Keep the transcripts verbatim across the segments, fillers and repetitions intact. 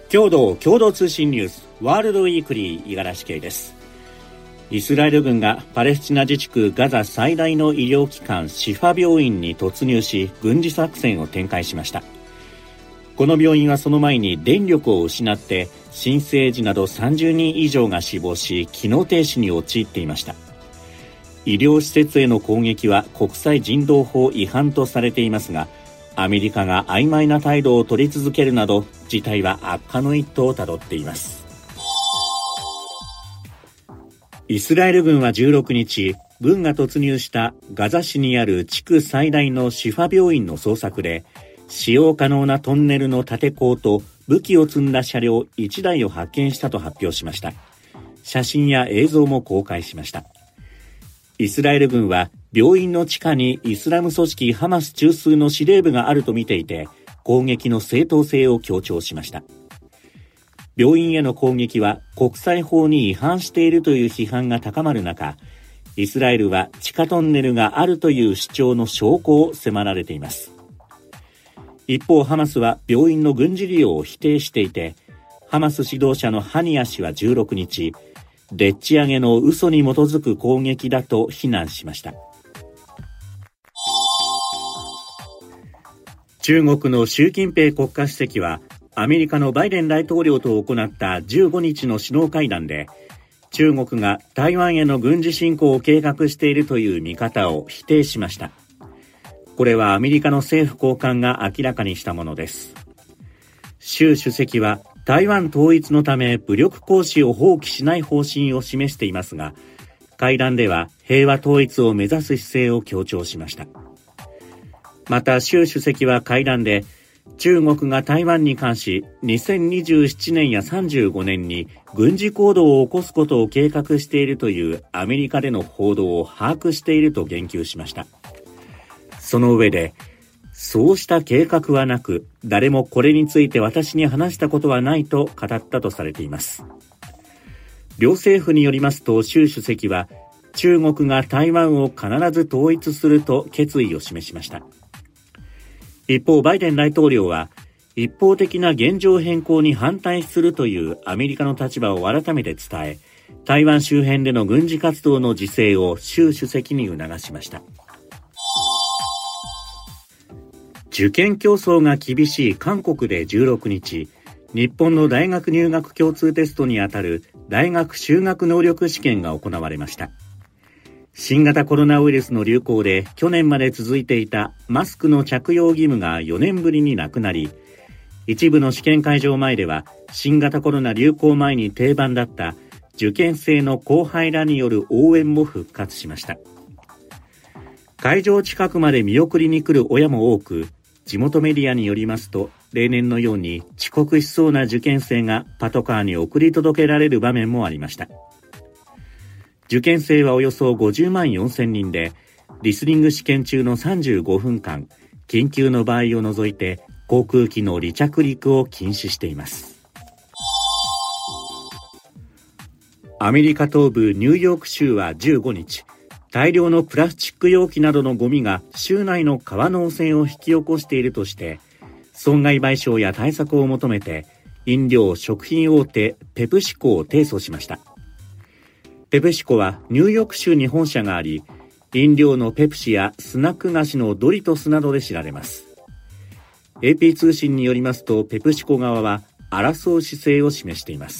共同共同通信ニュースワールドウィークリー五十嵐圭です。イスラエル軍がパレスチナ自治区ガザ最大の医療機関シファ病院に突入し、軍事作戦を展開しました。この病院はその前に電力を失って新生児などさんじゅうにん以上が死亡し、機能停止に陥っていました。医療施設への攻撃は国際人道法違反とされていますが、アメリカが曖昧な態度を取り続けるなど、事態は悪化の一途をたどっています。イスラエル軍はじゅうろくにち、軍が突入したガザ市にある地区最大のシファ病院の捜索で、使用可能なトンネルの立て坑と武器を積んだ車両いちだいを発見したと発表しました。写真や映像も公開しました。イスラエル軍は病院の地下にイスラム組織ハマス中枢の司令部があると見ていて、攻撃の正当性を強調しました。病院への攻撃は国際法に違反しているという批判が高まる中、イスラエルは地下トンネルがあるという主張の証拠を迫られています。一方、ハマスは病院の軍事利用を否定していて、ハマス指導者のハニヤ氏はじゅうろくにち、でっち上げの嘘に基づく攻撃だと非難しました。中国の習近平国家主席はアメリカのバイデン大統領と行ったじゅうごにちの首脳会談で、中国が台湾への軍事侵攻を計画しているという見方を否定しました。これはアメリカの政府高官が明らかにしたものです。習主席は台湾統一のため武力行使を放棄しない方針を示していますが、会談では平和統一を目指す姿勢を強調しました。また習主席は会談で、中国が台湾に関しにせんにじゅうななねんやさんじゅうごねんに軍事行動を起こすことを計画しているというアメリカでの報道を把握していると言及しました。その上で、そうした計画はなく、誰もこれについて私に話したことはないと語ったとされています。両政府によりますと、習主席は中国が台湾を必ず統一すると決意を示しました。一方、バイデン大統領は一方的な現状変更に反対するというアメリカの立場を改めて伝え、台湾周辺での軍事活動の自制を習主席に促しました。受験競争が厳しい韓国でじゅうろくにち、日本の大学入学共通テストにあたる大学修学能力試験が行われました。新型コロナウイルスの流行で去年まで続いていたマスクの着用義務がよねんぶりになくなり、一部の試験会場前では新型コロナ流行前に定番だった受験生の後輩らによる応援も復活しました。会場近くまで見送りに来る親も多く、地元メディアによりますと、例年のように遅刻しそうな受験生がパトカーに送り届けられる場面もありました。受験生はおよそごじゅうまんよんせんにんで、リスニング試験中のさんじゅうごふんかん、緊急の場合を除いて航空機の離着陸を禁止しています。アメリカ東部ニューヨーク州はじゅうごにち、大量のプラスチック容器などのゴミが州内の川の汚染を引き起こしているとして、損害賠償や対策を求めて飲料・食品大手ペプシコを提訴しました。ペプシコはニューヨーク州に本社があり、飲料のペプシやスナック菓子のドリトスなどで知られます。エーピー 通信によりますと、ペプシコ側は争う姿勢を示しています。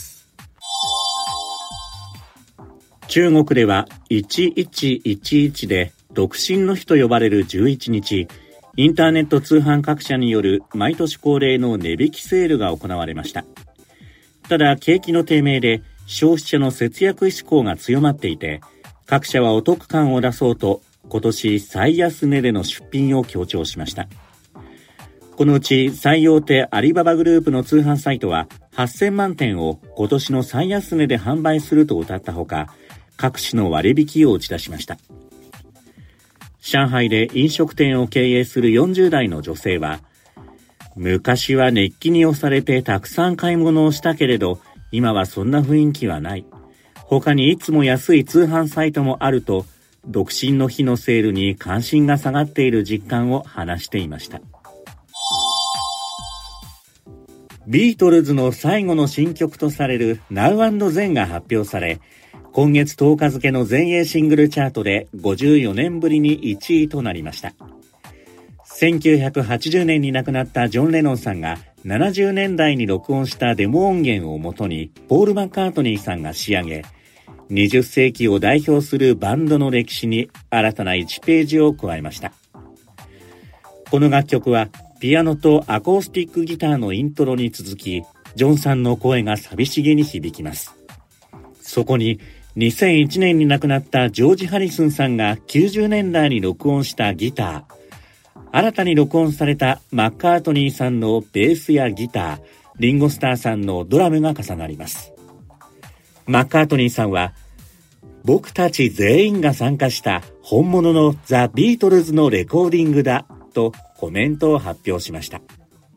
中国ではいちいちいちいちで独身の日と呼ばれるじゅういちにち、インターネット通販各社による毎年恒例の値引きセールが行われました。ただ、景気の低迷で消費者の節約志向が強まっていて、各社はお得感を出そうと今年最安値での出品を強調しました。このうち最大手アリババグループの通販サイトははっせんまんてんを今年の最安値で販売すると謳ったほか、各種の割引を打ち出しました。上海で飲食店を経営するよんじゅうだいの女性は、昔は熱気に押されてたくさん買い物をしたけれど、今はそんな雰囲気はない。他にいつも安い通販サイトもあると、独身の日のセールに関心が下がっている実感を話していました。 ビートルズの最後の新曲とされる Now and Then が発表され、今月とおか付の全英シングルチャートでごじゅうよねんぶりにいちいとなりました。せんきゅうひゃくはちじゅうねんに亡くなったジョン・レノンさんがななじゅうねんだいに録音したデモ音源をもとにポール・マッカートニーさんが仕上げ、にじゅっせいきを代表するバンドの歴史に新たないちページを加えました。この楽曲はピアノとアコースティックギターのイントロに続き、ジョンさんの声が寂しげに響きます。そこににせんいちねんに亡くなったジョージ・ハリスンさんがきゅうじゅうねんだいに録音したギター、新たに録音されたマッカートニーさんのベースやギター、リンゴスターさんのドラムが重なります。マッカートニーさんは、僕たち全員が参加した本物のザ・ビートルズのレコーディングだとコメントを発表しました。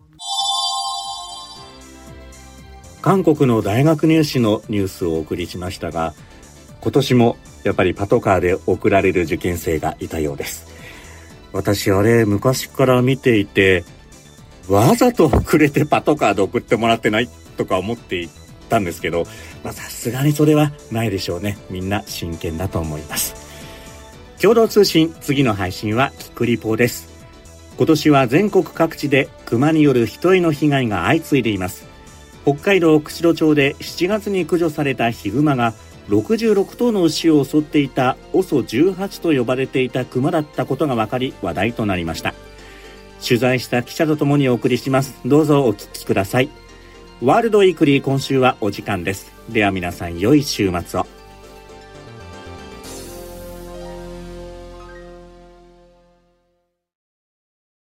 韓国の大学入試のニュースをお送りしましたが、今年もやっぱりパトカーで送られる受験生がいたようです。私あれ昔から見ていて、わざと遅れてパトカーで送ってもらってないとか思っていたんですけど、まあさすがにそれはないでしょうね。みんな真剣だと思います。共同通信、次の配信はキクリポです。今年は全国各地でクマによる人への被害が相次いでいます。北海道釧路町でしちがつに駆除されたヒグマがろくじゅうろくとうの牛を襲っていた オソじゅうはち と呼ばれていたクマだったことが分かり話題となりました。取材した記者とともにお送りします。どうぞお聞きください。ワールドウィークリー、今週はお時間です。では皆さん良い週末を。